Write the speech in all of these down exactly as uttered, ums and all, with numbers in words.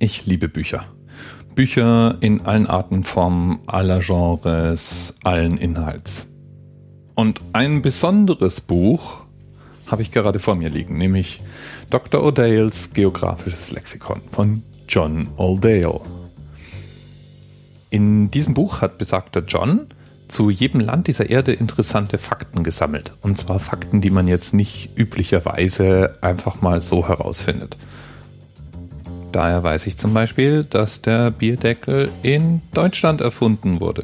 Ich liebe Bücher. Bücher in allen Arten, Formen, aller Genres, allen Inhalts. Und ein besonderes Buch habe ich gerade vor mir liegen, nämlich Doktor O'Dales Geographisches Lexikon von John O'Dale. In diesem Buch hat besagter John zu jedem Land dieser Erde interessante Fakten gesammelt. Und zwar Fakten, die man jetzt nicht üblicherweise einfach mal so herausfindet. Daher weiß ich zum Beispiel, dass der Bierdeckel in Deutschland erfunden wurde.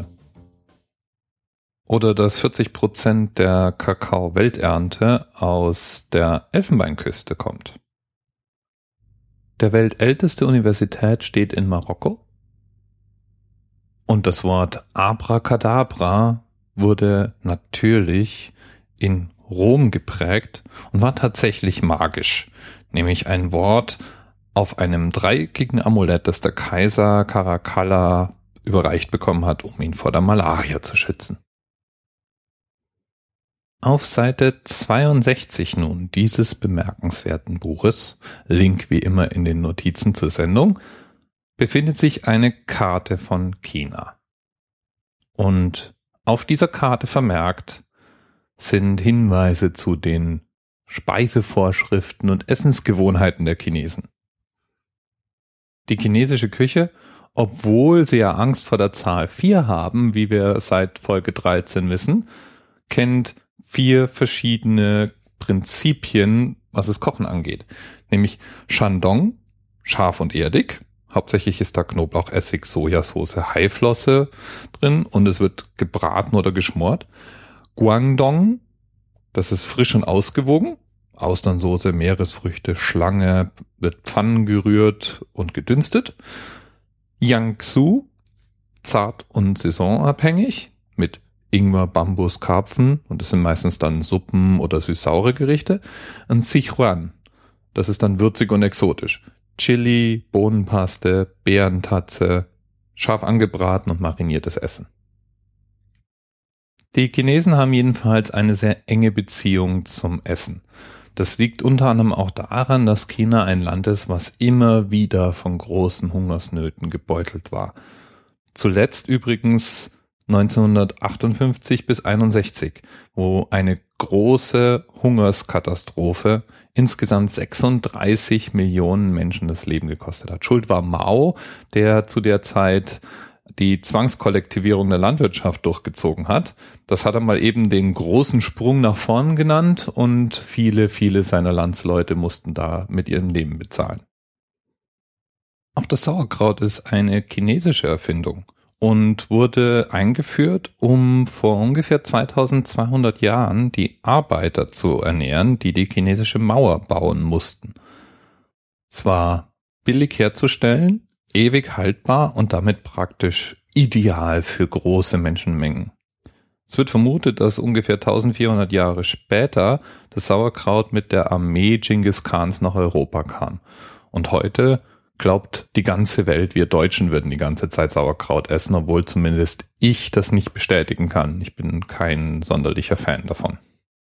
Oder dass vierzig Prozent der Kakao-Welternte aus der Elfenbeinküste kommt. Der weltälteste Universität steht in Marokko. Und das Wort Abracadabra wurde natürlich in Rom geprägt und war tatsächlich magisch. Nämlich ein Wort auf einem dreieckigen Amulett, das der Kaiser Caracalla überreicht bekommen hat, um ihn vor der Malaria zu schützen. Auf Seite zweiundsechzig nun dieses bemerkenswerten Buches, Link wie immer in den Notizen zur Sendung, befindet sich eine Karte von China. Und auf dieser Karte vermerkt sind Hinweise zu den Speisevorschriften und Essensgewohnheiten der Chinesen. Die chinesische Küche, obwohl sie ja Angst vor der Zahl vier haben, wie wir seit Folge dreizehn wissen, kennt vier verschiedene Prinzipien, was das Kochen angeht. Nämlich Shandong, scharf und erdig. Hauptsächlich ist da Knoblauch, Essig, Sojasauce, Haiflosse drin und es wird gebraten oder geschmort. Guangdong, das ist frisch und ausgewogen. Austernsoße, Meeresfrüchte, Schlange, wird Pfannen gerührt und gedünstet. Jiangsu, zart und saisonabhängig, mit Ingwer, Bambus, Karpfen und das sind meistens dann Suppen oder süß-saure Gerichte. Und Sichuan, das ist dann würzig und exotisch. Chili, Bohnenpaste, Beerentatze, scharf angebraten und mariniertes Essen. Die Chinesen haben jedenfalls eine sehr enge Beziehung zum Essen. Das liegt unter anderem auch daran, dass China ein Land ist, was immer wieder von großen Hungersnöten gebeutelt war. Zuletzt übrigens neunzehnhundertachtundfünfzig bis einundsechzig, wo eine große Hungerskatastrophe insgesamt sechsunddreißig Millionen Menschen das Leben gekostet hat. Schuld war Mao, der zu der Zeit die Zwangskollektivierung der Landwirtschaft durchgezogen hat. Das hat er mal eben den großen Sprung nach vorn genannt und viele, viele seiner Landsleute mussten da mit ihrem Leben bezahlen. Auch das Sauerkraut ist eine chinesische Erfindung und wurde eingeführt, um vor ungefähr zweitausendzweihundert Jahren die Arbeiter zu ernähren, die die chinesische Mauer bauen mussten. Es war billig herzustellen, ewig haltbar und damit praktisch ideal für große Menschenmengen. Es wird vermutet, dass ungefähr eintausendvierhundert Jahre später das Sauerkraut mit der Armee Genghis Khans nach Europa kam. Und heute glaubt die ganze Welt, wir Deutschen würden die ganze Zeit Sauerkraut essen, obwohl zumindest ich das nicht bestätigen kann. Ich bin kein sonderlicher Fan davon.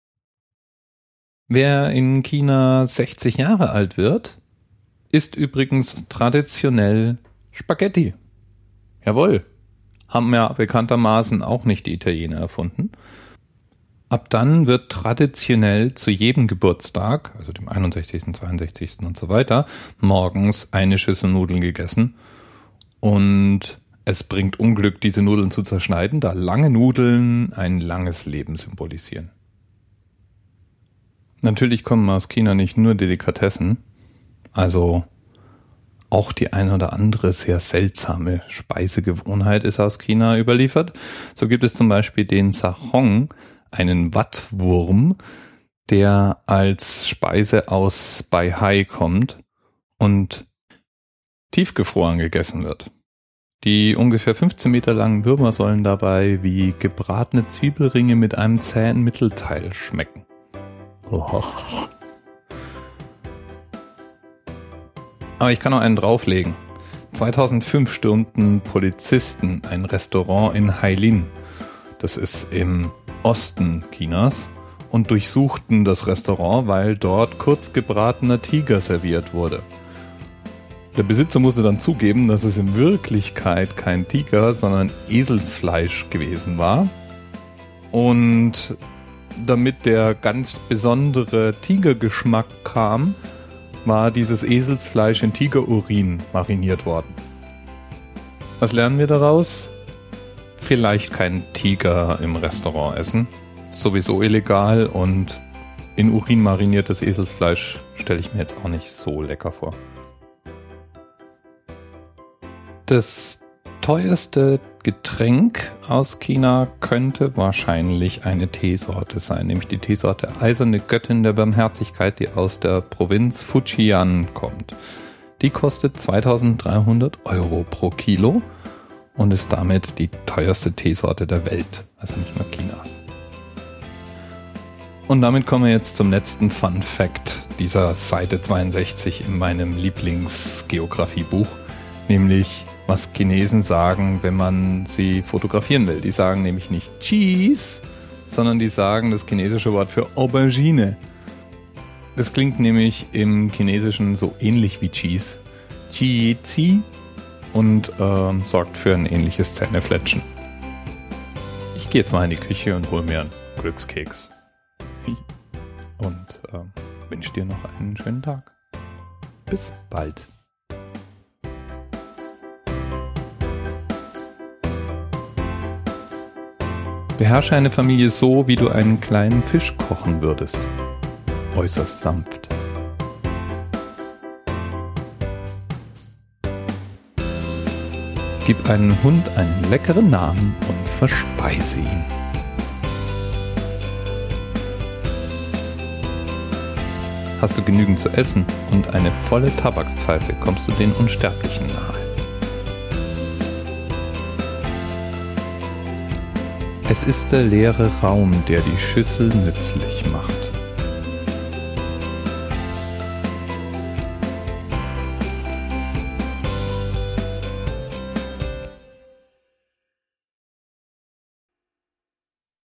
Wer in China sechzig Jahre alt wird, isst übrigens traditionell Spaghetti. Jawohl, haben ja bekanntermaßen auch nicht die Italiener erfunden. Ab dann wird traditionell zu jedem Geburtstag, also dem einundsechzigsten, zweiundsechzigsten und so weiter, morgens eine Schüssel Nudeln gegessen. Und es bringt Unglück, diese Nudeln zu zerschneiden, da lange Nudeln ein langes Leben symbolisieren. Natürlich kommen aus China nicht nur Delikatessen, also auch die ein oder andere sehr seltsame Speisegewohnheit ist aus China überliefert. So gibt es zum Beispiel den Sahong, einen Wattwurm, der als Speise aus Beihai kommt und tiefgefroren gegessen wird. Die ungefähr fünfzehn Meter langen Würmer sollen dabei wie gebratene Zwiebelringe mit einem zähen Mittelteil schmecken. Oh. Aber ich kann noch einen drauflegen. zweitausendfünf stürmten Polizisten ein Restaurant in Hailin. Das ist im Osten Chinas und durchsuchten das Restaurant, weil dort kurz gebratener Tiger serviert wurde. Der Besitzer musste dann zugeben, dass es in Wirklichkeit kein Tiger, sondern Eselsfleisch gewesen war. Und damit der ganz besondere Tigergeschmack kam, war dieses Eselsfleisch in Tigerurin mariniert worden. Was lernen wir daraus? Vielleicht keinen Tiger im Restaurant essen. Sowieso illegal und in Urin mariniertes Eselsfleisch stelle ich mir jetzt auch nicht so lecker vor. Das teuerste Getränk aus China könnte wahrscheinlich eine Teesorte sein, nämlich die Teesorte Eiserne Göttin der Barmherzigkeit, die aus der Provinz Fujian kommt. Die kostet zweitausenddreihundert Euro pro Kilo und ist damit die teuerste Teesorte der Welt, also nicht nur Chinas. Und damit kommen wir jetzt zum letzten Fun Fact dieser Seite zweiundsechzig in meinem Lieblingsgeografiebuch, nämlich was Chinesen sagen, wenn man sie fotografieren will. Die sagen nämlich nicht Cheese, sondern die sagen das chinesische Wort für Aubergine. Das klingt nämlich im Chinesischen so ähnlich wie Cheese. Qi-zi und ähm, sorgt für ein ähnliches Zähnefletschen. Ich gehe jetzt mal in die Küche und hole mir einen Glückskeks. Und ähm, wünsche dir noch einen schönen Tag. Bis bald. Beherrsche eine Familie so, wie du einen kleinen Fisch kochen würdest. Äußerst sanft. Gib einem Hund einen leckeren Namen und verspeise ihn. Hast du genügend zu essen und eine volle Tabakspfeife, kommst du den Unsterblichen nahe. Es ist der leere Raum, der die Schüssel nützlich macht.